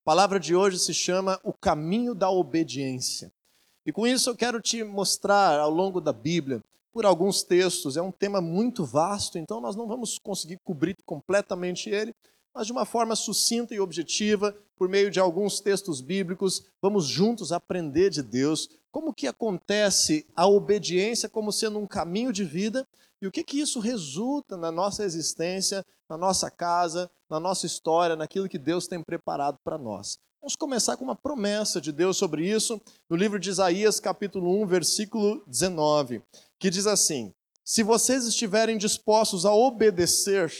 A palavra de hoje se chama O Caminho da Obediência. E com isso eu quero te mostrar ao longo da Bíblia, por alguns textos, é um tema muito vasto, então nós não vamos conseguir cobrir completamente ele, mas de uma forma sucinta e objetiva, por meio de alguns textos bíblicos, vamos juntos aprender de Deus como que acontece a obediência como sendo um caminho de vida e o que isso resulta na nossa existência, na nossa casa, na nossa história, naquilo que Deus tem preparado para nós. Vamos começar com uma promessa de Deus sobre isso, no livro de Isaías, capítulo 1, versículo 19, que diz assim: se vocês estiverem dispostos a obedecer,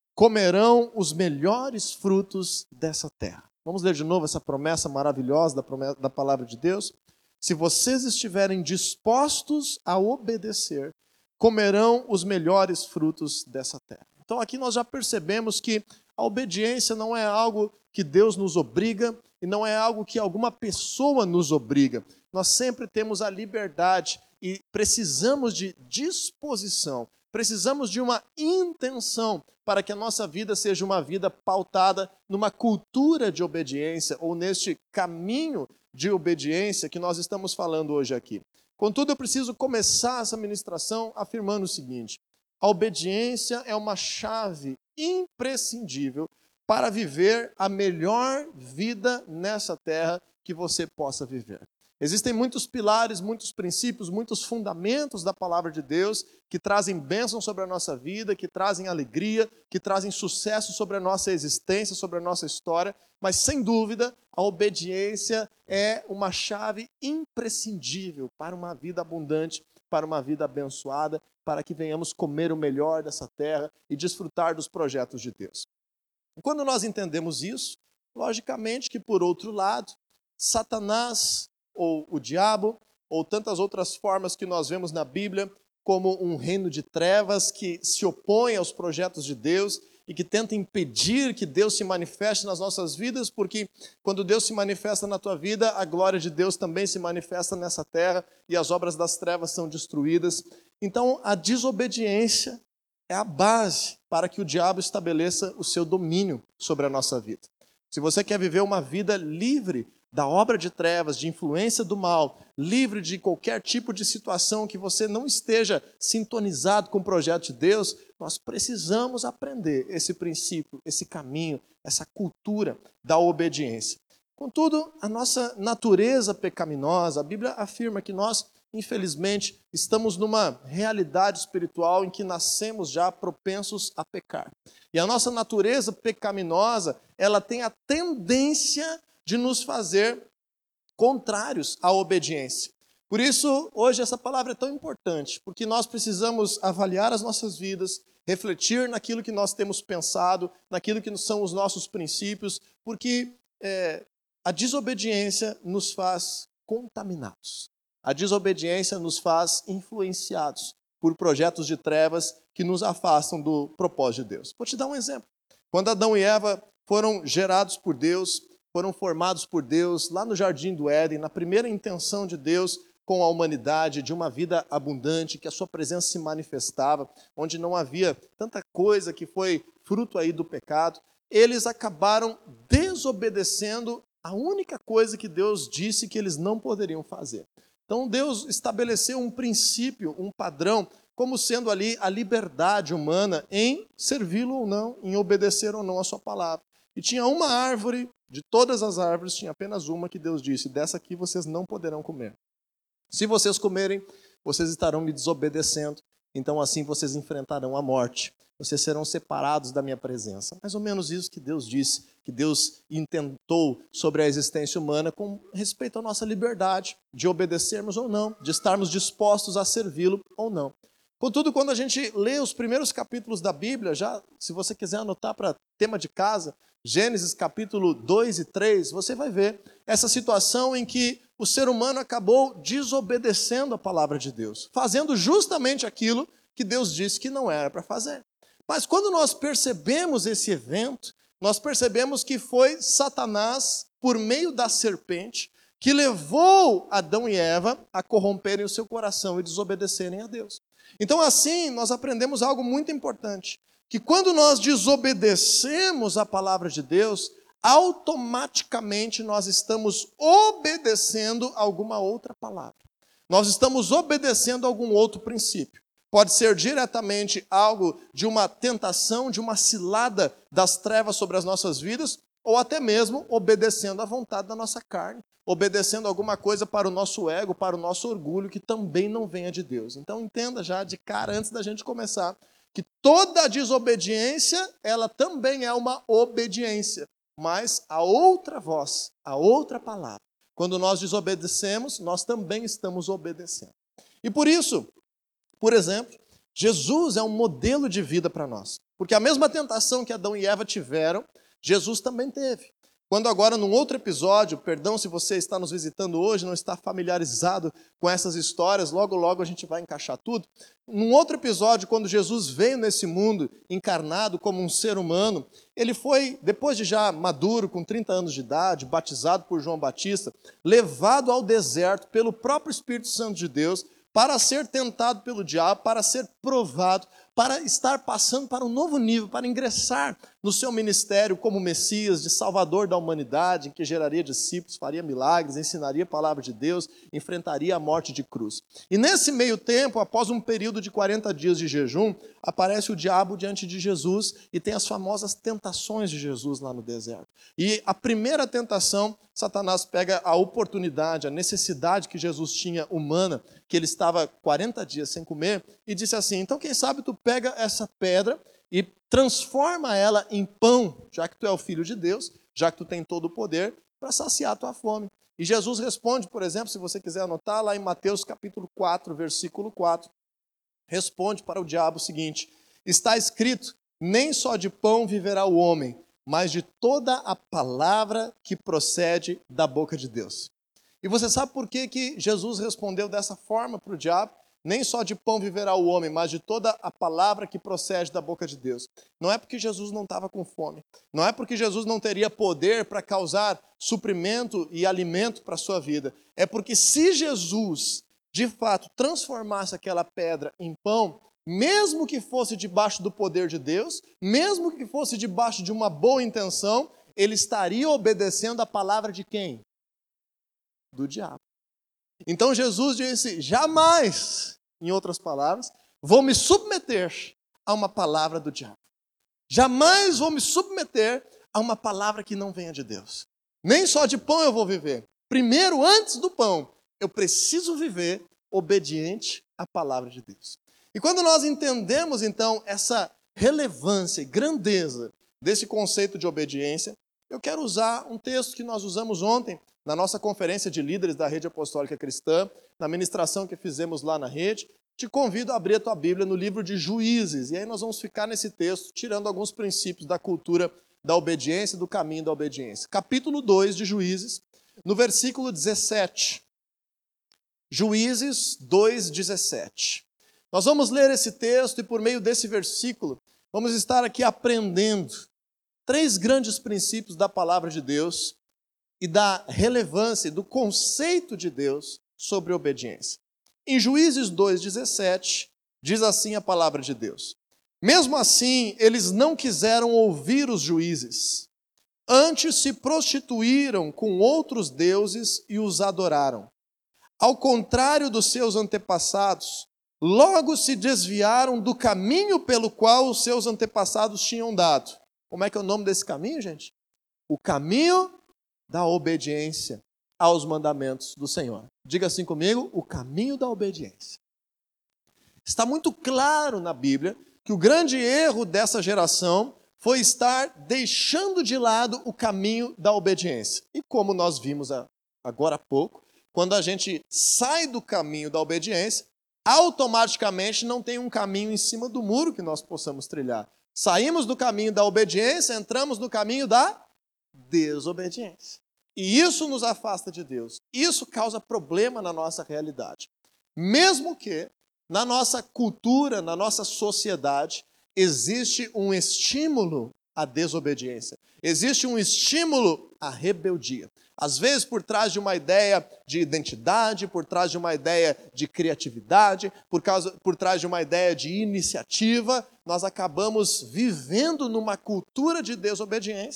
comerão os melhores frutos dessa terra. Vamos ler de novo essa promessa maravilhosa da palavra de Deus? Se vocês estiverem dispostos a obedecer, comerão os melhores frutos dessa terra. Então aqui nós já percebemos que a obediência não é algo que Deus nos obriga e não é algo que alguma pessoa nos obriga. Nós sempre temos a liberdade e precisamos de disposição, precisamos de uma intenção para que a nossa vida seja uma vida pautada numa cultura de obediência ou neste caminho de obediência que nós estamos falando hoje aqui. Contudo, eu preciso começar essa ministração afirmando o seguinte: a obediência é uma chave imprescindível para viver a melhor vida nessa terra que você possa viver. Existem muitos pilares, muitos princípios, muitos fundamentos da palavra de Deus que trazem bênção sobre a nossa vida, que trazem alegria, que trazem sucesso sobre a nossa existência, sobre a nossa história, mas sem dúvida a obediência é uma chave imprescindível para uma vida abundante, para uma vida abençoada, para que venhamos comer o melhor dessa terra e desfrutar dos projetos de Deus. Quando nós entendemos isso, logicamente que por outro lado, Satanás ou o diabo, ou tantas outras formas que nós vemos na Bíblia, como um reino de trevas que se opõe aos projetos de Deus e que tenta impedir que Deus se manifeste nas nossas vidas, porque quando Deus se manifesta na tua vida, a glória de Deus também se manifesta nessa terra e as obras das trevas são destruídas. Então, a desobediência é a base para que o diabo estabeleça o seu domínio sobre a nossa vida. Se você quer viver uma vida livre da obra de trevas, de influência do mal, livre de qualquer tipo de situação que você não esteja sintonizado com o projeto de Deus, nós precisamos aprender esse princípio, esse caminho, essa cultura da obediência. Contudo, a nossa natureza pecaminosa, a Bíblia afirma que nós, infelizmente, estamos numa realidade espiritual em que nascemos já propensos a pecar. E a nossa natureza pecaminosa, ela tem a tendência de nos fazer contrários à obediência. Por isso, hoje essa palavra é tão importante, porque nós precisamos avaliar as nossas vidas, refletir naquilo que nós temos pensado, naquilo que são os nossos princípios, porque a desobediência nos faz contaminados. A desobediência nos faz influenciados por projetos de trevas que nos afastam do propósito de Deus. Vou te dar um exemplo. Quando Adão e Eva foram gerados por Deus, foram formados por Deus lá no Jardim do Éden, na primeira intenção de Deus com a humanidade, de uma vida abundante, que a sua presença se manifestava, onde não havia tanta coisa que foi fruto aí do pecado, eles acabaram desobedecendo a única coisa que Deus disse que eles não poderiam fazer. Então Deus estabeleceu um princípio, um padrão, como sendo ali a liberdade humana em servi-lo ou não, em obedecer ou não a sua palavra. E tinha uma árvore, de todas as árvores, tinha apenas uma que Deus disse: dessa aqui vocês não poderão comer. Se vocês comerem, vocês estarão me desobedecendo, então assim vocês enfrentarão a morte. Vocês serão separados da minha presença. Mais ou menos isso que Deus disse, que Deus intentou sobre a existência humana com respeito à nossa liberdade de obedecermos ou não, de estarmos dispostos a servi-lo ou não. Contudo, quando a gente lê os primeiros capítulos da Bíblia, já, se você quiser anotar para tema de casa, Gênesis capítulo 2 e 3, você vai ver essa situação em que o ser humano acabou desobedecendo a palavra de Deus, fazendo justamente aquilo que Deus disse que não era para fazer. Mas quando nós percebemos esse evento, nós percebemos que foi Satanás, por meio da serpente, que levou Adão e Eva a corromperem o seu coração e desobedecerem a Deus. Então assim nós aprendemos algo muito importante, que quando nós desobedecemos a palavra de Deus, automaticamente nós estamos obedecendo alguma outra palavra. Nós estamos obedecendo algum outro princípio. Pode ser diretamente algo de uma tentação, de uma cilada das trevas sobre as nossas vidas, ou até mesmo obedecendo à vontade da nossa carne, obedecendo alguma coisa para o nosso ego, para o nosso orgulho, que também não venha de Deus. Então entenda já de cara, antes da gente começar, que toda desobediência, ela também é uma obediência, mas a outra voz, a outra palavra. Quando nós desobedecemos, nós também estamos obedecendo. E por isso, por exemplo, Jesus é um modelo de vida para nós. Porque a mesma tentação que Adão e Eva tiveram, Jesus também teve. Quando agora, num outro episódio, perdão se você está nos visitando hoje, não está familiarizado com essas histórias, logo, logo a gente vai encaixar tudo. Num outro episódio, quando Jesus veio nesse mundo, encarnado como um ser humano, ele foi, depois de já maduro, com 30 anos de idade, batizado por João Batista, levado ao deserto pelo próprio Espírito Santo de Deus, para ser tentado pelo diabo, para ser provado, para estar passando para um novo nível, para ingressar no seu ministério como Messias, de Salvador da humanidade, em que geraria discípulos, faria milagres, ensinaria a palavra de Deus, enfrentaria a morte de cruz. E nesse meio tempo, após um período de 40 dias de jejum, aparece o diabo diante de Jesus e tem as famosas tentações de Jesus lá no deserto. E a primeira tentação, Satanás pega a oportunidade, a necessidade que Jesus tinha humana, que ele estava 40 dias sem comer, e disse assim, então quem sabe tu pega essa pedra e transforma ela em pão, já que tu é o Filho de Deus, já que tu tem todo o poder, para saciar a tua fome. E Jesus responde, por exemplo, se você quiser anotar, lá em Mateus capítulo 4, versículo 4, responde para o diabo o seguinte, está escrito, nem só de pão viverá o homem, mas de toda a palavra que procede da boca de Deus. E você sabe por que Jesus respondeu dessa forma para o diabo? Nem só de pão viverá o homem, mas de toda a palavra que procede da boca de Deus. Não é porque Jesus não estava com fome. Não é porque Jesus não teria poder para causar suprimento e alimento para a sua vida. É porque se Jesus, de fato, transformasse aquela pedra em pão, mesmo que fosse debaixo do poder de Deus, mesmo que fosse debaixo de uma boa intenção, ele estaria obedecendo a palavra de quem? Do diabo. Então Jesus disse, jamais, em outras palavras, vou me submeter a uma palavra do diabo. Jamais vou me submeter a uma palavra que não venha de Deus. Nem só de pão eu vou viver. Primeiro, antes do pão, eu preciso viver obediente à palavra de Deus. E quando nós entendemos, então, essa relevância e grandeza desse conceito de obediência, eu quero usar um texto que nós usamos ontem, na nossa conferência de líderes da Rede Apostólica Cristã, na ministração que fizemos lá na rede, te convido a abrir a tua Bíblia no livro de Juízes. E aí nós vamos ficar nesse texto, tirando alguns princípios da cultura da obediência, do caminho da obediência. Capítulo 2 de Juízes, no versículo 17. Juízes 2:17. Nós vamos ler esse texto e por meio desse versículo, vamos estar aqui aprendendo 3 grandes princípios da palavra de Deus, e da relevância do conceito de Deus sobre obediência. Em Juízes 2:17, diz assim a palavra de Deus. Mesmo assim, eles não quiseram ouvir os juízes. Antes se prostituíram com outros deuses e os adoraram. Ao contrário dos seus antepassados, logo se desviaram do caminho pelo qual os seus antepassados tinham dado. Como é que é o nome desse caminho, gente? O caminho da obediência aos mandamentos do Senhor. Diga assim comigo, o caminho da obediência. Está muito claro na Bíblia que o grande erro dessa geração foi estar deixando de lado o caminho da obediência. E como nós vimos agora há pouco, quando a gente sai do caminho da obediência, automaticamente não tem um caminho em cima do muro que nós possamos trilhar. Saímos do caminho da obediência, entramos no caminho da desobediência. E isso nos afasta de Deus. Isso causa problema na nossa realidade. Mesmo que na nossa cultura, na nossa sociedade, existe um estímulo à desobediência. Existe um estímulo à rebeldia. Às vezes por trás de uma ideia de identidade, por trás de uma ideia de criatividade, por trás de uma ideia de iniciativa, nós acabamos vivendo numa cultura de desobediência.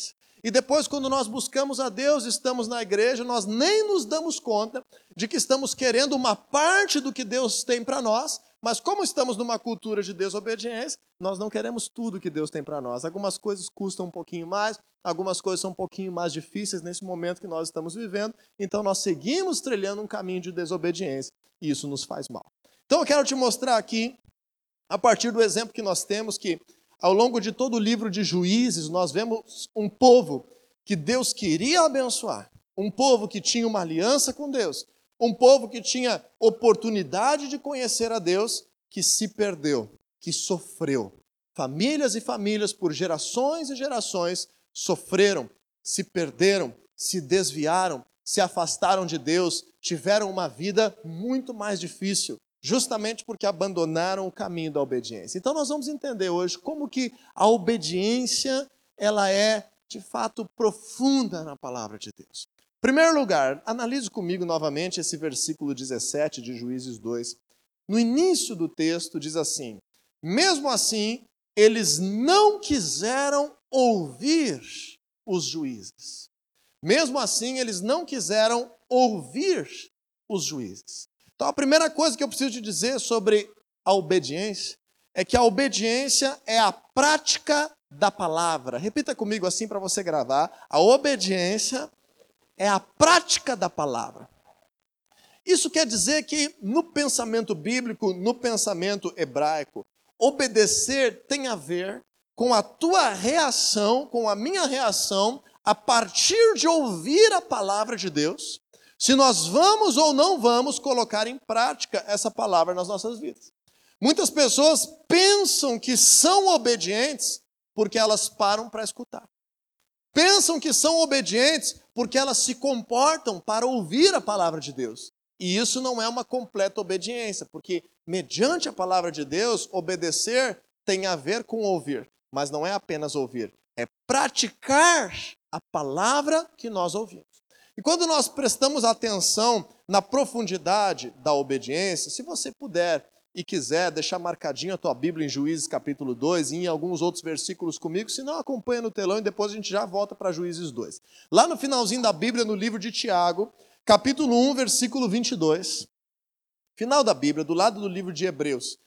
E depois, quando nós buscamos a Deus, estamos na igreja, nós nem nos damos conta de que estamos querendo uma parte do que Deus tem para nós, mas como estamos numa cultura de desobediência, nós não queremos tudo que Deus tem para nós. Algumas coisas custam um pouquinho mais, algumas coisas são um pouquinho mais difíceis nesse momento que nós estamos vivendo, então nós seguimos trilhando um caminho de desobediência e isso nos faz mal. Então eu quero te mostrar aqui, a partir do exemplo que nós temos, que ao longo de todo o livro de Juízes, nós vemos um povo que Deus queria abençoar, um povo que tinha uma aliança com Deus, um povo que tinha oportunidade de conhecer a Deus, que se perdeu, que sofreu. Famílias e famílias, por gerações e gerações, sofreram, se perderam, se desviaram, se afastaram de Deus, tiveram uma vida muito mais difícil, justamente porque abandonaram o caminho da obediência. Então nós vamos entender hoje como que a obediência, ela é, de fato, profunda na palavra de Deus. Em primeiro lugar, analise comigo novamente esse versículo 17 de Juízes 2. No início do texto diz assim: mesmo assim, eles não quiseram ouvir os juízes. Mesmo assim, eles não quiseram ouvir os juízes. Então, a primeira coisa que eu preciso te dizer sobre a obediência é que a obediência é a prática da palavra. Repita comigo assim para você gravar. A obediência é a prática da palavra. Isso quer dizer que no pensamento bíblico, no pensamento hebraico, obedecer tem a ver com a tua reação, com a minha reação, a partir de ouvir a palavra de Deus, se nós vamos ou não vamos colocar em prática essa palavra nas nossas vidas. Muitas pessoas pensam que são obedientes porque elas param para escutar. Pensam que são obedientes porque elas se comportam para ouvir a palavra de Deus. E isso não é uma completa obediência, porque mediante a palavra de Deus, obedecer tem a ver com ouvir, mas não é apenas ouvir, é praticar a palavra que nós ouvimos. E quando nós prestamos atenção na profundidade da obediência, se você puder e quiser deixar marcadinho a tua Bíblia em Juízes capítulo 2 e em alguns outros versículos comigo, se não, acompanha no telão e depois a gente já volta para Juízes 2. Lá no finalzinho da Bíblia, no livro de Tiago, capítulo 1, versículo 22, final da Bíblia, do lado do livro de Hebreus,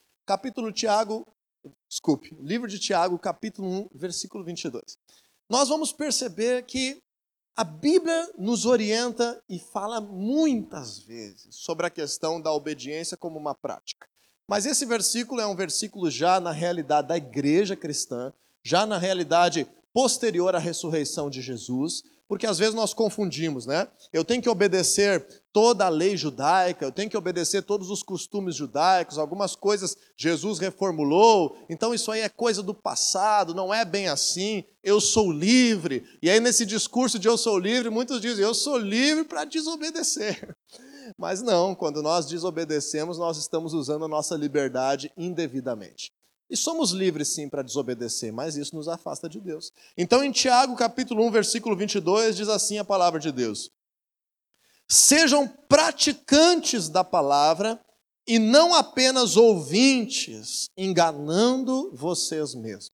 livro de Tiago, capítulo 1, versículo 22. Nós vamos perceber que a Bíblia nos orienta e fala muitas vezes sobre a questão da obediência como uma prática. Mas esse versículo é um versículo já na realidade da igreja cristã, já na realidade posterior à ressurreição de Jesus, porque às vezes nós confundimos, né? Eu tenho que obedecer toda a lei judaica, eu tenho que obedecer todos os costumes judaicos, algumas coisas Jesus reformulou, então isso aí é coisa do passado, não é bem assim, eu sou livre. E aí nesse discurso de eu sou livre, muitos dizem, eu sou livre para desobedecer. Mas não, quando nós desobedecemos, nós estamos usando a nossa liberdade indevidamente. E somos livres sim para desobedecer, mas isso nos afasta de Deus. Então em Tiago capítulo 1, versículo 22, diz assim a palavra de Deus: sejam praticantes da palavra e não apenas ouvintes, enganando vocês mesmos.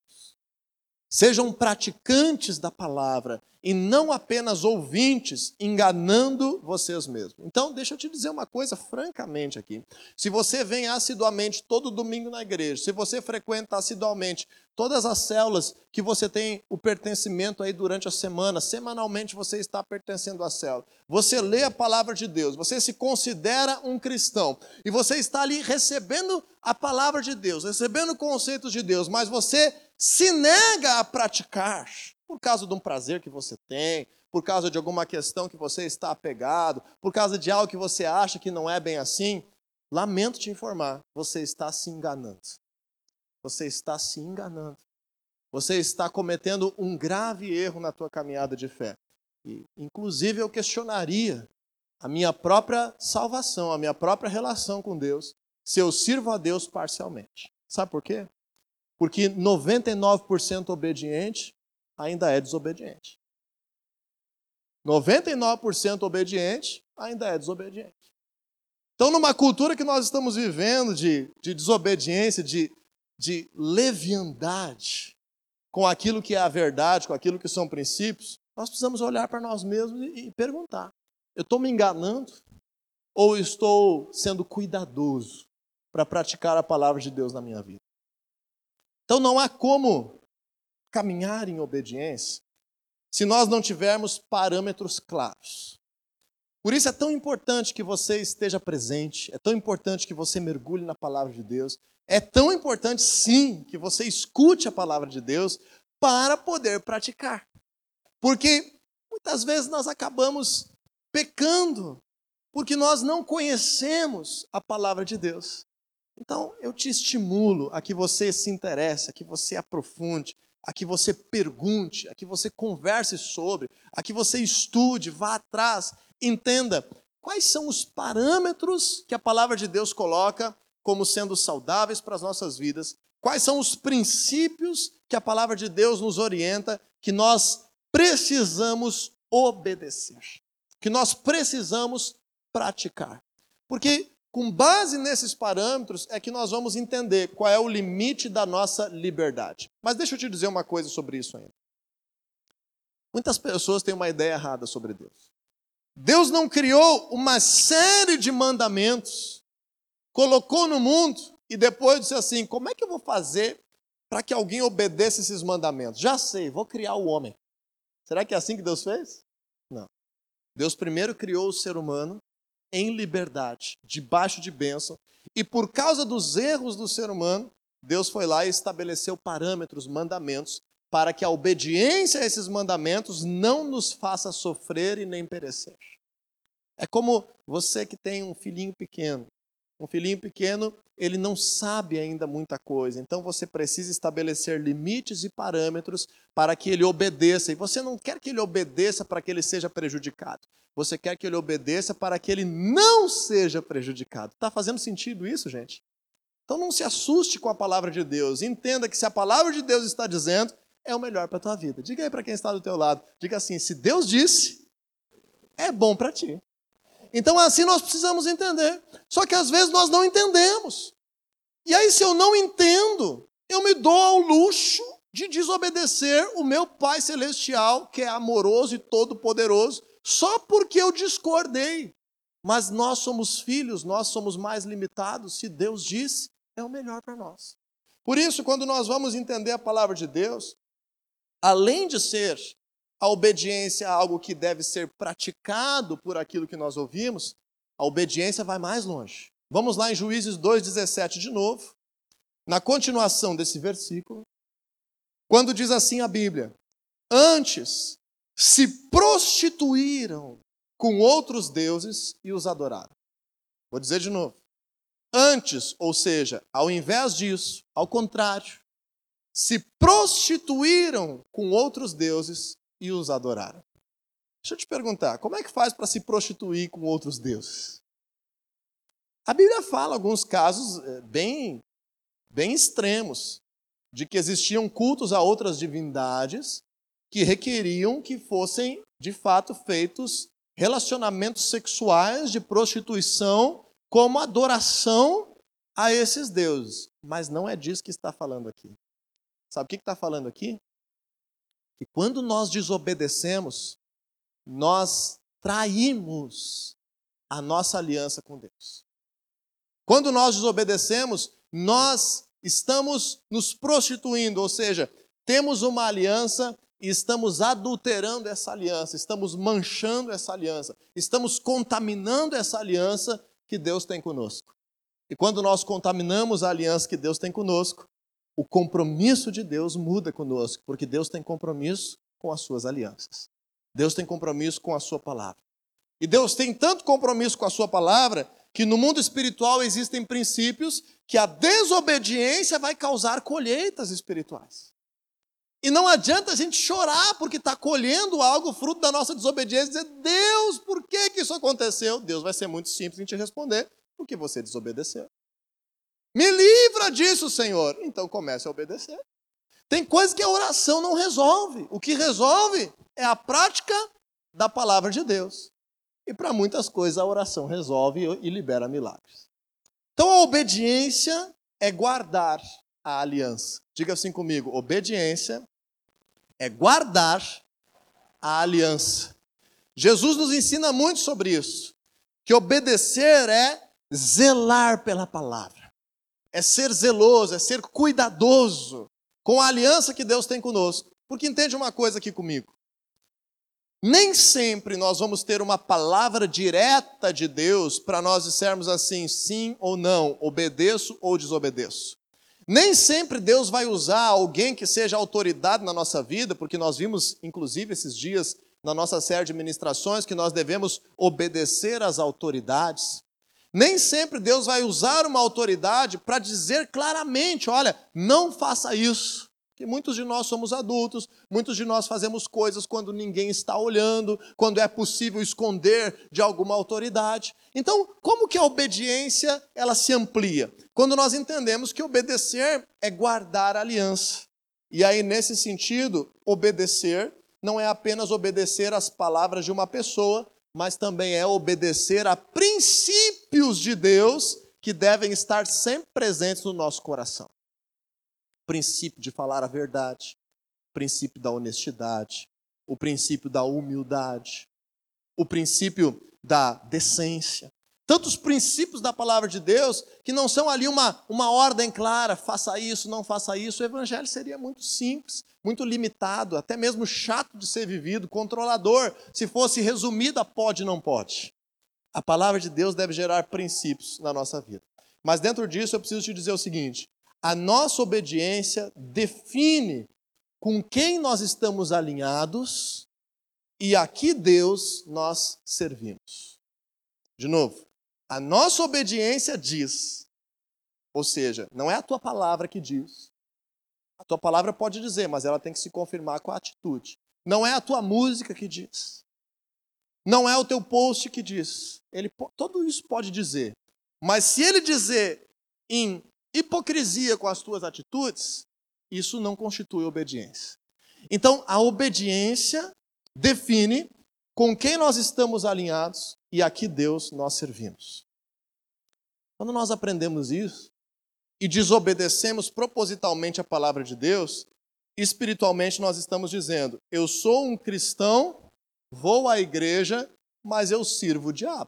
Sejam praticantes da palavra e não apenas ouvintes, enganando vocês mesmos. Então, deixa eu te dizer uma coisa francamente aqui. Se você vem assiduamente todo domingo na igreja, se você frequenta assiduamente todas as células que você tem o pertencimento aí durante a semana, semanalmente você está pertencendo à célula, você lê a palavra de Deus, você se considera um cristão, e você está ali recebendo a palavra de Deus, recebendo conceitos de Deus, mas você se nega a praticar, por causa de um prazer que você tem, por causa de alguma questão que você está apegado, por causa de algo que você acha que não é bem assim, lamento te informar, você está se enganando. Você está se enganando. Você está cometendo um grave erro na tua caminhada de fé. E, inclusive, eu questionaria a minha própria salvação, a minha própria relação com Deus, se eu sirvo a Deus parcialmente. Sabe por quê? Porque 99% obediente ainda é desobediente. 99% obediente ainda é desobediente. Então, numa cultura que nós estamos vivendo de desobediência, de leviandade com aquilo que é a verdade, com aquilo que são princípios, Nós precisamos olhar para nós mesmos e perguntar: eu estou me enganando ou estou sendo cuidadoso para praticar a palavra de Deus na minha vida? Então não há como caminhar em obediência se nós não tivermos parâmetros claros. Por isso é tão importante que você esteja presente, é tão importante que você mergulhe na palavra de Deus, é tão importante sim que você escute a palavra de Deus para poder praticar. Porque muitas vezes nós acabamos pecando porque nós não conhecemos a palavra de Deus. Então eu te estimulo a que você se interesse, a que você aprofunde, a que você pergunte, a que você converse sobre, a que você estude, vá atrás, entenda quais são os parâmetros que a palavra de Deus coloca como sendo saudáveis para as nossas vidas, quais são os princípios que a palavra de Deus nos orienta, que nós precisamos obedecer, que nós precisamos praticar. Porque com base nesses parâmetros é que nós vamos entender qual é o limite da nossa liberdade. Mas deixa eu te dizer uma coisa sobre isso ainda. Muitas pessoas têm uma ideia errada sobre Deus. Deus não criou uma série de mandamentos, colocou no mundo e depois disse assim: como é que eu vou fazer para que alguém obedeça esses mandamentos? Já sei, vou criar o homem. Será que é assim que Deus fez? Não. Deus primeiro criou o ser humano em liberdade, debaixo de bênção, e por causa dos erros do ser humano, Deus foi lá e estabeleceu parâmetros, mandamentos, para que a obediência a esses mandamentos não nos faça sofrer e nem perecer. É como você que tem um filhinho pequeno. Um filhinho pequeno, ele não sabe ainda muita coisa, então você precisa estabelecer limites e parâmetros para que ele obedeça. E você não quer que ele obedeça para que ele seja prejudicado. Você quer que ele obedeça para que ele não seja prejudicado. Está fazendo sentido isso, gente? Então não se assuste com a palavra de Deus. Entenda que se a palavra de Deus está dizendo, é o melhor para a tua vida. Diga aí para quem está do teu lado. Diga assim: se Deus disse, é bom para ti. Então assim nós precisamos entender. Só que às vezes nós não entendemos. E aí se eu não entendo, eu me dou ao luxo de desobedecer o meu Pai Celestial, que é amoroso e todo-poderoso, só porque eu discordei. Mas nós somos filhos, nós somos mais limitados. Se Deus disse, é o melhor para nós. Por isso, quando nós vamos entender a palavra de Deus, além de ser a obediência algo que deve ser praticado por aquilo que nós ouvimos, a obediência vai mais longe. Vamos lá em Juízes 2,17 de novo, na continuação desse versículo, quando diz assim a Bíblia: antes se prostituíram com outros deuses e os adoraram. Vou dizer de novo. Antes, ou seja, ao invés disso, ao contrário, se prostituíram com outros deuses e os adoraram. Deixa eu te perguntar, como é que faz para se prostituir com outros deuses? A Bíblia fala alguns casos bem extremos, de que existiam cultos a outras divindades que requeriam que fossem, de fato, feitos relacionamentos sexuais de prostituição como adoração a esses deuses. Mas não é disso que está falando aqui. Sabe o que está falando aqui? Que quando nós desobedecemos, nós traímos a nossa aliança com Deus. Quando nós desobedecemos, nós estamos nos prostituindo, ou seja, temos uma aliança e estamos adulterando essa aliança, estamos manchando essa aliança, estamos contaminando essa aliança que Deus tem conosco. E quando nós contaminamos a aliança que Deus tem conosco, o compromisso de Deus muda conosco, porque Deus tem compromisso com as suas alianças. Deus tem compromisso com a sua palavra. E Deus tem tanto compromisso com a sua palavra, que no mundo espiritual existem princípios que a desobediência vai causar colheitas espirituais. E não adianta a gente chorar porque está colhendo algo fruto da nossa desobediência e dizer: Deus, por que isso aconteceu? Deus vai ser muito simples em te responder: porque você desobedeceu. Me livra disso, Senhor. Então comece a obedecer. Tem coisas que a oração não resolve. O que resolve é a prática da palavra de Deus. E para muitas coisas a oração resolve e libera milagres. Então a obediência é guardar a aliança. Diga assim comigo: obediência é guardar a aliança. Jesus nos ensina muito sobre isso, que obedecer é zelar pela palavra, é ser zeloso, é ser cuidadoso com a aliança que Deus tem conosco. Porque entende uma coisa aqui comigo, nem sempre nós vamos ter uma palavra direta de Deus para nós dissermos assim, sim ou não, obedeço ou desobedeço. Nem sempre Deus vai usar alguém que seja autoridade na nossa vida, porque nós vimos, inclusive, esses dias, na nossa série de ministrações, que nós devemos obedecer às autoridades. Nem sempre Deus vai usar uma autoridade para dizer claramente, olha, não faça isso. Porque muitos de nós somos adultos, muitos de nós fazemos coisas quando ninguém está olhando, quando é possível esconder de alguma autoridade. Então, como que a obediência ela se amplia? Quando nós entendemos que obedecer é guardar a aliança. E aí, nesse sentido, obedecer não é apenas obedecer às palavras de uma pessoa, mas também é obedecer a princípios de Deus que devem estar sempre presentes no nosso coração. O princípio de falar a verdade, o princípio da honestidade, o princípio da humildade, o princípio da decência. Tantos princípios da palavra de Deus que não são ali uma ordem clara, faça isso, não faça isso. O evangelho seria muito simples, muito limitado, até mesmo chato de ser vivido, controlador, se fosse resumido a pode, não pode. A palavra de Deus deve gerar princípios na nossa vida. Mas dentro disso eu preciso te dizer o seguinte, a nossa obediência define com quem nós estamos alinhados e a que Deus nós servimos. De novo, a nossa obediência diz, ou seja, não é a tua palavra que diz. A tua palavra pode dizer, mas ela tem que se confirmar com a atitude. Não é a tua música que diz. Não é o teu post que diz. Tudo isso pode dizer. Mas se ele dizer em hipocrisia com as tuas atitudes, isso não constitui obediência. Então, a obediência define com quem nós estamos alinhados e a que Deus nós servimos. Quando nós aprendemos isso e desobedecemos propositalmente a palavra de Deus, espiritualmente nós estamos dizendo, eu sou um cristão, vou à igreja, mas eu sirvo o diabo.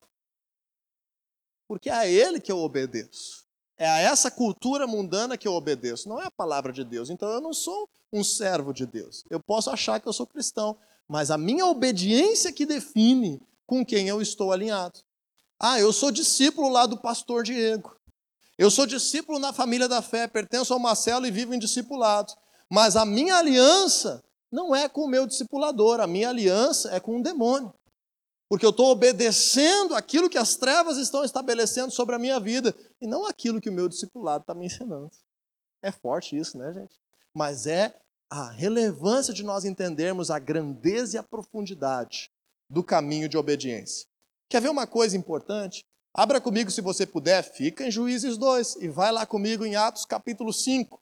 Porque é a ele que eu obedeço. É a essa cultura mundana que eu obedeço, não é a palavra de Deus. Então eu não sou um servo de Deus. Eu posso achar que eu sou cristão, mas a minha obediência que define com quem eu estou alinhado. Ah, eu sou discípulo lá do pastor Diego. Eu sou discípulo na família da fé, pertenço ao Marcelo e vivo em discipulado. Mas a minha aliança não é com o meu discipulador, a minha aliança é com um demônio. Porque eu estou obedecendo aquilo que as trevas estão estabelecendo sobre a minha vida, e não aquilo que o meu discipulado está me ensinando. É forte isso, né, gente? Mas é a relevância de nós entendermos a grandeza e a profundidade do caminho de obediência. Quer ver uma coisa importante? Abra comigo, se você puder, fica em Juízes 2 e vai lá comigo em Atos capítulo 5.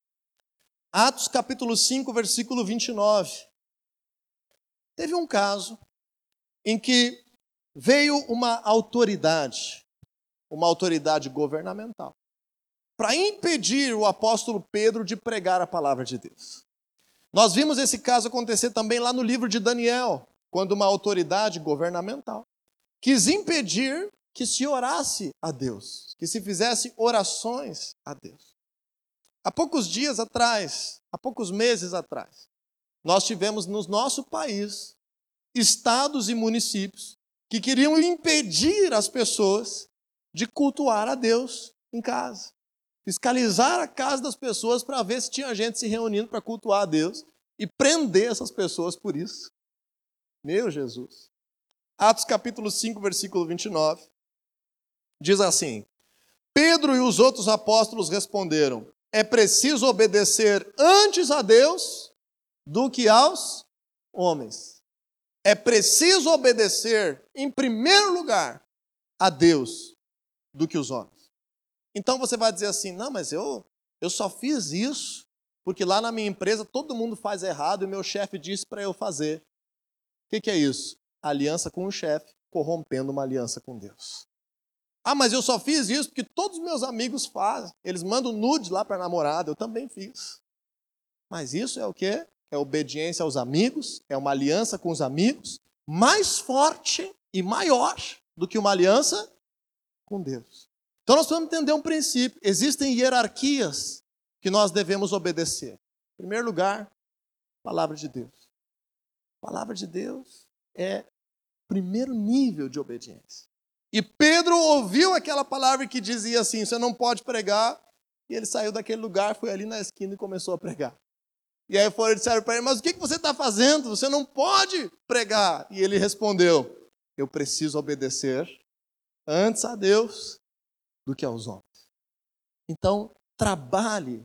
Atos capítulo 5, versículo 29. Teve um caso em que veio uma autoridade governamental, para impedir o apóstolo Pedro de pregar a palavra de Deus. Nós vimos esse caso acontecer também lá no livro de Daniel, quando uma autoridade governamental quis impedir que se orasse a Deus, que se fizesse orações a Deus. Há poucos dias atrás, há poucos meses atrás, nós tivemos no nosso país estados e municípios que queriam impedir as pessoas de cultuar a Deus em casa. Fiscalizar a casa das pessoas para ver se tinha gente se reunindo para cultuar a Deus e prender essas pessoas por isso. Meu Jesus. Atos capítulo 5, versículo 29. Diz assim, Pedro e os outros apóstolos responderam, é preciso obedecer antes a Deus do que aos homens. É preciso obedecer, em primeiro lugar, a Deus do que os homens. Então você vai dizer assim, não, mas eu só fiz isso porque lá na minha empresa todo mundo faz errado e meu chefe disse para eu fazer. O que é isso? Aliança com o chefe, corrompendo uma aliança com Deus. Ah, mas eu só fiz isso porque todos os meus amigos fazem. Eles mandam nude lá para a namorada, eu também fiz. Mas isso é o quê? é obediência aos amigos, é uma aliança com os amigos, mais forte e maior do que uma aliança com Deus. Então nós vamos entender um princípio. Existem hierarquias que nós devemos obedecer. Em primeiro lugar, a palavra de Deus. A palavra de Deus é o primeiro nível de obediência. E Pedro ouviu aquela palavra que dizia assim, você não pode pregar, e ele saiu daquele lugar, foi ali na esquina e começou a pregar. E aí foram e disseram para ele, mas o que você está fazendo? Você não pode pregar. E ele respondeu, eu preciso obedecer antes a Deus do que aos homens. Então, trabalhe,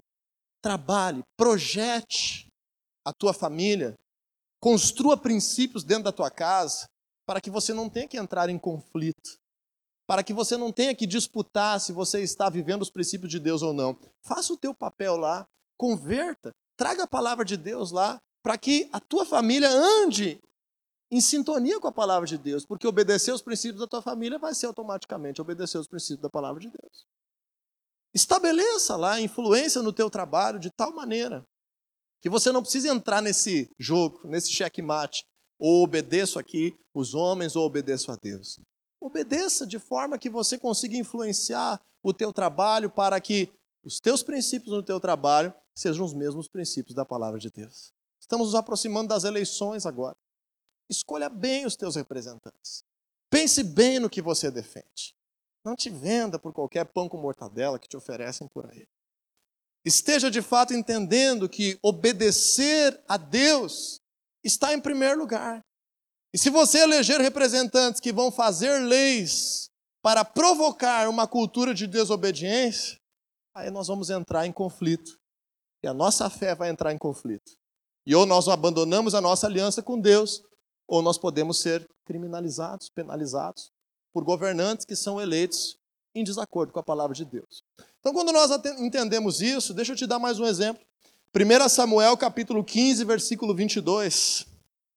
projete a tua família, construa princípios dentro da tua casa, para que você não tenha que entrar em conflito, para que você não tenha que disputar se você está vivendo os princípios de Deus ou não. Faça o teu papel lá, converta, traga a palavra de Deus lá, para que a tua família ande em sintonia com a palavra de Deus, porque obedecer os princípios da tua família vai ser automaticamente obedecer os princípios da palavra de Deus. Estabeleça lá influência no teu trabalho de tal maneira que você não precise entrar nesse jogo, nesse checkmate, ou obedeço aqui os homens ou obedeço a Deus. Obedeça de forma que você consiga influenciar o teu trabalho para que os teus princípios no teu trabalho sejam os mesmos princípios da palavra de Deus. Estamos nos aproximando das eleições agora. Escolha bem os teus representantes. Pense bem no que você defende. Não te venda por qualquer pão com mortadela que te oferecem por aí. Esteja de fato entendendo que obedecer a Deus está em primeiro lugar. E se você eleger representantes que vão fazer leis para provocar uma cultura de desobediência, aí nós vamos entrar em conflito. E a nossa fé vai entrar em conflito. E ou nós abandonamos a nossa aliança com Deus, ou nós podemos ser criminalizados, penalizados por governantes que são eleitos em desacordo com a palavra de Deus. Então, quando nós entendemos isso, deixa eu te dar mais um exemplo. 1 Samuel, capítulo 15, versículo 22.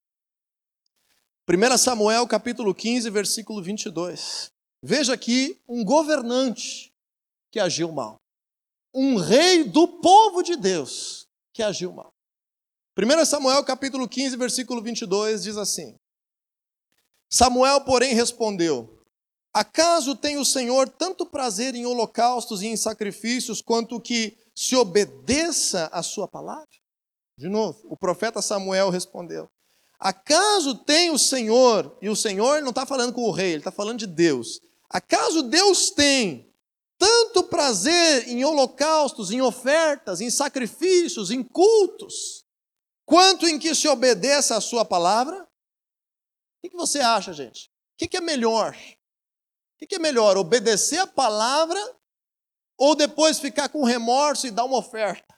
1 Samuel, capítulo 15, versículo 22. Veja aqui um governante que agiu mal. Um rei do povo de Deus que agiu mal. 1 Samuel, capítulo 15, versículo 22, diz assim. Samuel, porém, respondeu, acaso tem o Senhor tanto prazer em holocaustos e em sacrifícios, quanto que se obedeça a sua palavra? De novo, o profeta Samuel respondeu, acaso tem o Senhor, e o Senhor não está falando com o rei, ele está falando de Deus, acaso Deus tem tanto prazer em holocaustos, em ofertas, em sacrifícios, em cultos, quanto em que se obedeça a sua palavra? O que você acha, gente? O que é melhor? O que é melhor, obedecer a palavra ou depois ficar com remorso e dar uma oferta?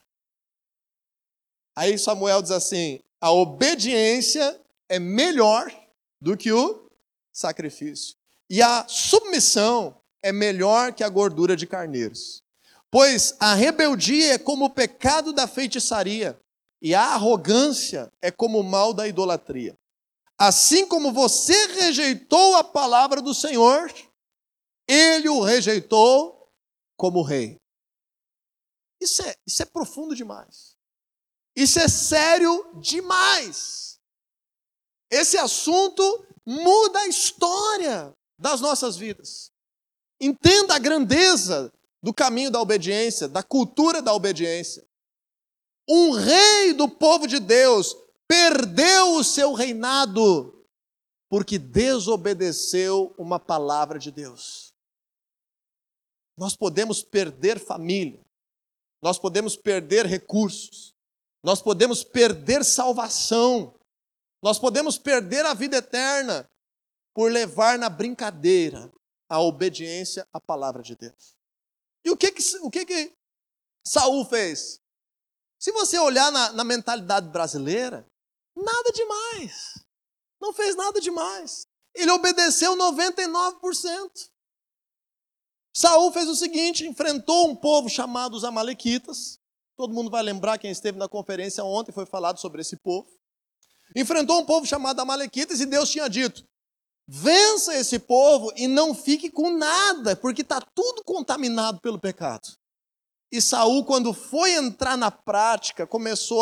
Aí Samuel diz assim, a obediência é melhor do que o sacrifício. E a submissão é melhor que a gordura de carneiros. Pois a rebeldia é como o pecado da feitiçaria, e a arrogância é como o mal da idolatria. Assim como você rejeitou a palavra do Senhor, ele o rejeitou como rei. Isso é profundo demais. Isso é sério demais. Esse assunto muda a história das nossas vidas. Entenda a grandeza do caminho da obediência, da cultura da obediência. Um rei do povo de Deus perdeu o seu reinado porque desobedeceu uma palavra de Deus. Nós podemos perder família, nós podemos perder recursos, nós podemos perder salvação, nós podemos perder a vida eterna por levar na brincadeira a obediência à palavra de Deus. E o que Saul fez? Se você olhar na mentalidade brasileira, nada demais. Não fez nada demais. Ele obedeceu 99%. Saul fez o seguinte, enfrentou um povo chamado os Amalequitas. Todo mundo vai lembrar, quem esteve na conferência ontem, foi falado sobre esse povo. Enfrentou um povo chamado Amalequitas e Deus tinha dito, vença esse povo e não fique com nada, porque está tudo contaminado pelo pecado. E Saul, quando foi entrar na prática, começou a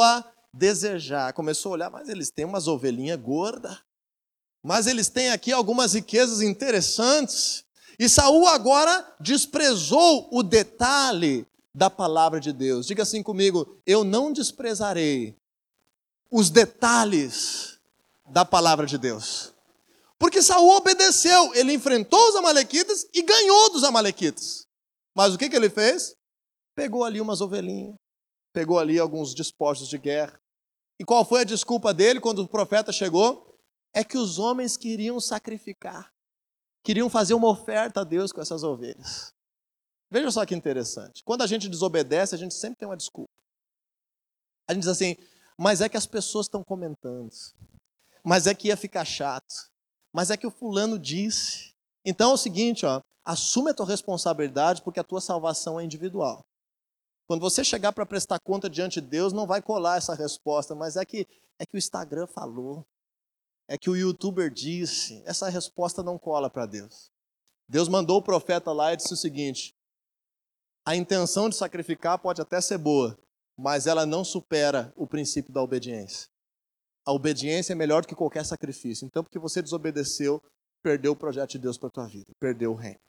desejar, começou a olhar, mas eles têm umas ovelhinhas gordas, mas eles têm aqui algumas riquezas interessantes. E Saul agora desprezou o detalhe da palavra de Deus. Diga assim comigo: eu não desprezarei os detalhes da palavra de Deus. Porque Saul obedeceu, ele enfrentou os amalequitas e ganhou dos amalequitas. Mas o que ele fez? Pegou ali umas ovelhinhas, pegou ali alguns despojos de guerra. E qual foi a desculpa dele quando o profeta chegou? É que os homens queriam sacrificar, queriam fazer uma oferta a Deus com essas ovelhas. Veja só que interessante. Quando a gente desobedece, a gente sempre tem uma desculpa. A gente diz assim, mas é que as pessoas estão comentando, mas é que ia ficar chato, mas é que o fulano disse. Então é o seguinte, assume a tua responsabilidade, porque a tua salvação é individual. Quando você chegar para prestar conta diante de Deus, não vai colar essa resposta, mas é que o Instagram falou, é que o YouTuber disse. Essa resposta não cola para Deus. Deus mandou o profeta lá e disse o seguinte: a intenção de sacrificar pode até ser boa, mas ela não supera o princípio da obediência. A obediência é melhor do que qualquer sacrifício. Então, porque você desobedeceu, perdeu o projeto de Deus para a tua vida, perdeu o reino.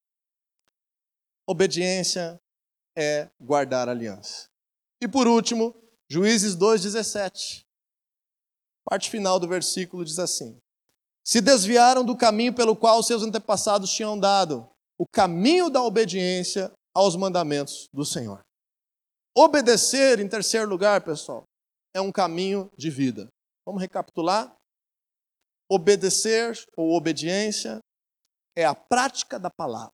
Obediência é guardar a aliança. E por último, Juízes 2,17. Parte final do versículo diz assim: se desviaram do caminho pelo qual seus antepassados tinham andado, o caminho da obediência aos mandamentos do Senhor. Obedecer, em terceiro lugar, pessoal, é um caminho de vida. Vamos recapitular? Obedecer ou obediência é a prática da palavra.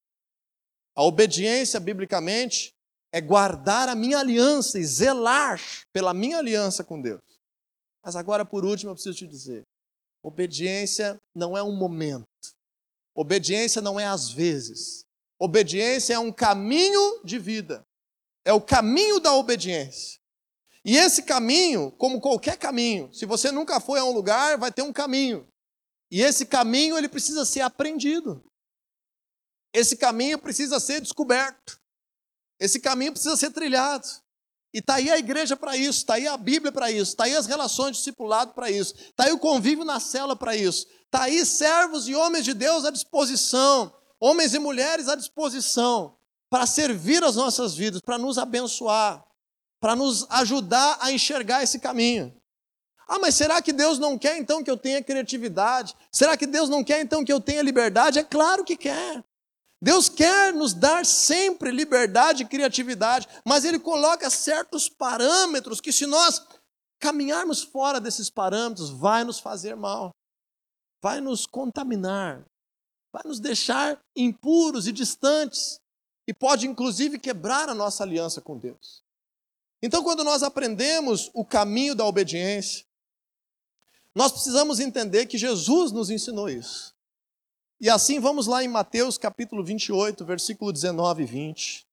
A obediência, biblicamente, é guardar a minha aliança e zelar pela minha aliança com Deus. Mas agora, por último, eu preciso te dizer, obediência não é um momento. Obediência não é às vezes. Obediência é um caminho de vida. É o caminho da obediência. E esse caminho, como qualquer caminho, se você nunca foi a um lugar, vai ter um caminho. E esse caminho, ele precisa ser aprendido. Esse caminho precisa ser descoberto. Esse caminho precisa ser trilhado. E está aí a igreja para isso, está aí a Bíblia para isso, está aí as relações de discipulado para isso, está aí o convívio na célula para isso, está aí servos e homens de Deus à disposição, homens e mulheres à disposição, para servir as nossas vidas, para nos abençoar, para nos ajudar a enxergar esse caminho. Ah, mas será que Deus não quer então que eu tenha criatividade? Será que Deus não quer então que eu tenha liberdade? É claro que quer. Deus quer nos dar sempre liberdade e criatividade, mas Ele coloca certos parâmetros que, se nós caminharmos fora desses parâmetros, vai nos fazer mal, vai nos contaminar, vai nos deixar impuros e distantes, e pode inclusive quebrar a nossa aliança com Deus. Então, quando nós aprendemos o caminho da obediência, nós precisamos entender que Jesus nos ensinou isso. E assim vamos lá em Mateus capítulo 28, versículo 19 e 20.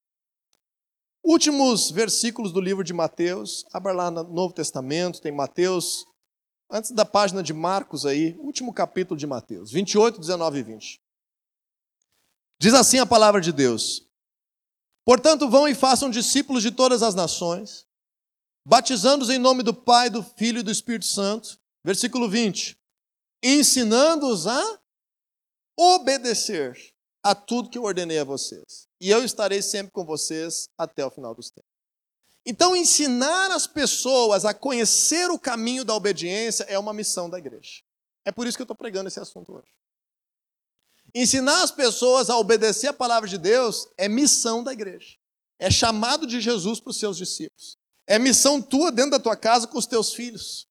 Últimos versículos do livro de Mateus. Abra lá no Novo Testamento, tem Mateus, antes da página de Marcos aí, último capítulo de Mateus, 28, 19 e 20. Diz assim a palavra de Deus: portanto, vão e façam discípulos de todas as nações, batizando-os em nome do Pai, do Filho e do Espírito Santo. Versículo 20. Ensinando-os a obedecer a tudo que eu ordenei a vocês. E eu estarei sempre com vocês até o final dos tempos. Então, ensinar as pessoas a conhecer o caminho da obediência é uma missão da igreja. É por isso que eu estou pregando esse assunto hoje. Ensinar as pessoas a obedecer a palavra de Deus é missão da igreja. É chamado de Jesus para os seus discípulos. É missão tua dentro da tua casa com os teus filhos.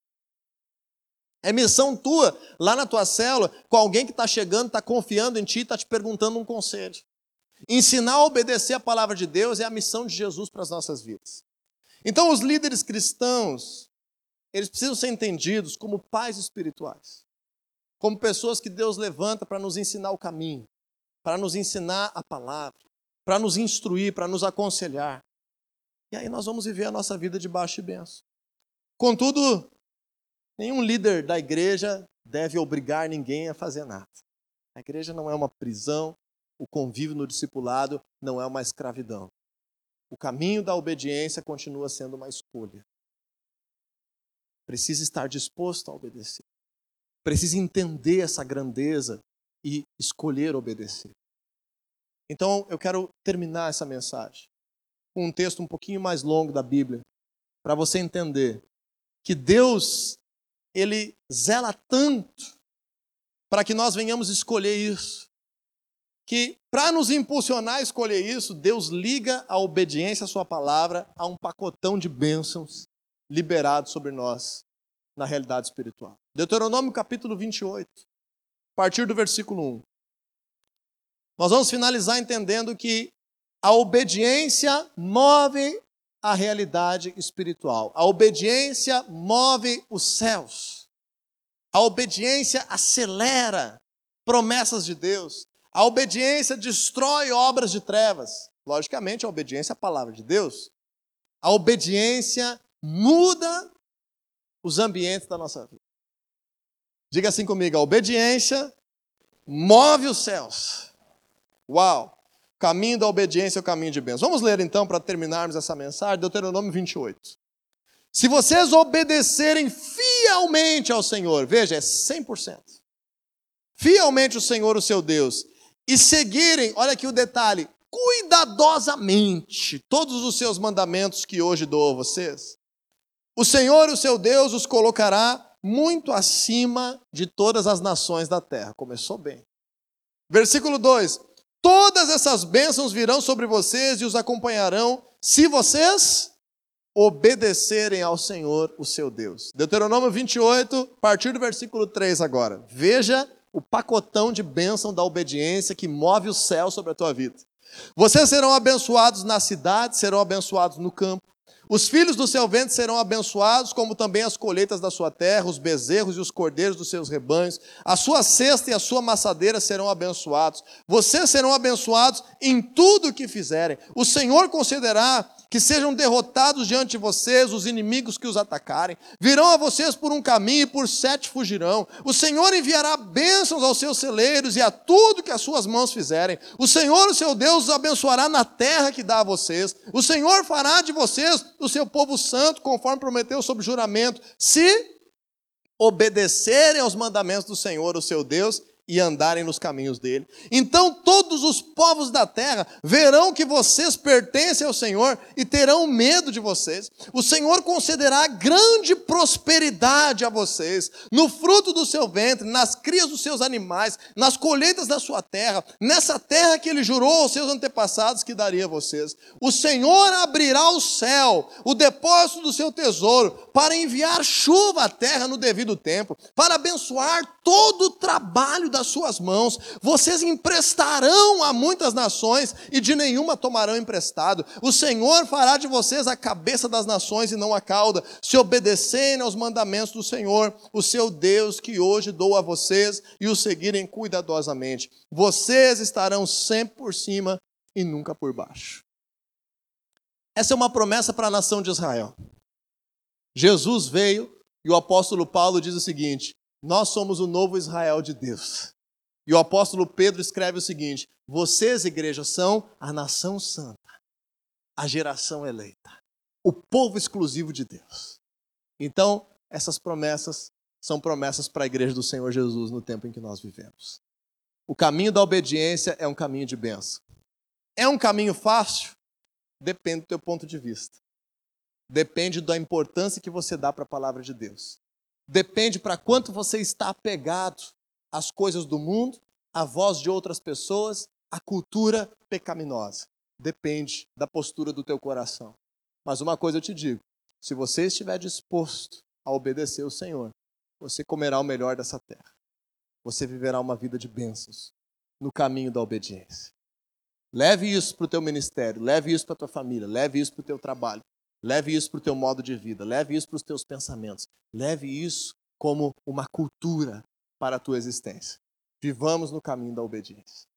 É missão tua lá na tua célula com alguém que está chegando, está confiando em ti, está te perguntando um conselho. Ensinar a obedecer a palavra de Deus é a missão de Jesus para as nossas vidas. Então os líderes cristãos, eles precisam ser entendidos como pais espirituais. Como pessoas que Deus levanta para nos ensinar o caminho, para nos ensinar a palavra, para nos instruir, para nos aconselhar. E aí nós vamos viver a nossa vida debaixo de bênção. Contudo, nenhum líder da igreja deve obrigar ninguém a fazer nada. A igreja não é uma prisão, o convívio no discipulado não é uma escravidão. O caminho da obediência continua sendo uma escolha. precisa estar disposto a obedecer. Precisa entender essa grandeza e escolher obedecer. Então, eu quero terminar essa mensagem com um texto um pouquinho mais longo da Bíblia, para você entender que Deus, Ele zela tanto para que nós venhamos escolher isso, que para nos impulsionar a escolher isso, Deus liga a obediência à sua palavra a um pacotão de bênçãos liberados sobre nós na realidade espiritual. Deuteronômio capítulo 28, a partir do versículo 1. Nós vamos finalizar entendendo que a obediência move a realidade espiritual. A obediência move os céus. A obediência acelera promessas de Deus. A obediência destrói obras de trevas. Logicamente, a obediência à palavra de Deus. A obediência muda os ambientes da nossa vida. Diga assim comigo, a obediência move os céus. Uau! O caminho da obediência é o caminho de bênção. Vamos ler então, para terminarmos essa mensagem, Deuteronômio 28. Se vocês obedecerem fielmente ao Senhor, veja, é 100%. Fielmente o Senhor, o seu Deus, e seguirem, olha aqui o detalhe, cuidadosamente todos os seus mandamentos que hoje dou a vocês, o Senhor, o seu Deus, os colocará muito acima de todas as nações da terra. Começou bem. Versículo 2. Todas essas bênçãos virão sobre vocês e os acompanharão se vocês obedecerem ao Senhor, o seu Deus. Deuteronômio 28, a partir do versículo 3 agora. Veja o pacotão de bênção da obediência que move o céu sobre a tua vida. Vocês serão abençoados na cidade, serão abençoados no campo. Os filhos do seu ventre serão abençoados, como também as colheitas da sua terra, os bezerros e os cordeiros dos seus rebanhos. A sua cesta e a sua amassadeira serão abençoados. Vocês serão abençoados em tudo o que fizerem. O Senhor concederá que sejam derrotados diante de vocês os inimigos que os atacarem. Virão a vocês por um caminho e por 7 fugirão. O Senhor enviará bênçãos aos seus celeiros e a tudo que as suas mãos fizerem. O Senhor, o seu Deus, os abençoará na terra que dá a vocês. O Senhor fará de vocês o seu povo santo, conforme prometeu sob juramento, se obedecerem aos mandamentos do Senhor, o seu Deus, e andarem nos caminhos dele. Então todos os povos da terra verão que vocês pertencem ao Senhor e terão medo de vocês. O Senhor concederá grande prosperidade a vocês, no fruto do seu ventre, nas crias dos seus animais, nas colheitas da sua terra, nessa terra que ele jurou aos seus antepassados que daria a vocês. O Senhor abrirá o céu, o depósito do seu tesouro, para enviar chuva à terra no devido tempo, para abençoar todo o trabalho das suas mãos. Vocês emprestarão a muitas nações e de nenhuma tomarão emprestado. O Senhor fará de vocês a cabeça das nações e não a cauda, se obedecerem aos mandamentos do Senhor, o seu Deus, que hoje dou a vocês, e o seguirem cuidadosamente. Vocês estarão sempre por cima e nunca por baixo. Essa é uma promessa para a nação de Israel. Jesus veio e o apóstolo Paulo diz o seguinte: nós somos o novo Israel de Deus. E o apóstolo Pedro escreve o seguinte: vocês, igreja, são a nação santa, a geração eleita, o povo exclusivo de Deus. Então, essas promessas são promessas para a igreja do Senhor Jesus no tempo em que nós vivemos. O caminho da obediência é um caminho de bênção. É um caminho fácil? Depende do teu ponto de vista. Depende da importância que você dá para a palavra de Deus. Depende para quanto você está apegado às coisas do mundo, à voz de outras pessoas, à cultura pecaminosa. Depende da postura do teu coração. Mas uma coisa eu te digo: se você estiver disposto a obedecer o Senhor, você comerá o melhor dessa terra. Você viverá uma vida de bênçãos no caminho da obediência. Leve isso para o teu ministério, leve isso para a tua família, leve isso para o teu trabalho. Leve isso para o teu modo de vida, leve isso para os teus pensamentos, leve isso como uma cultura para a tua existência. Vivamos no caminho da obediência.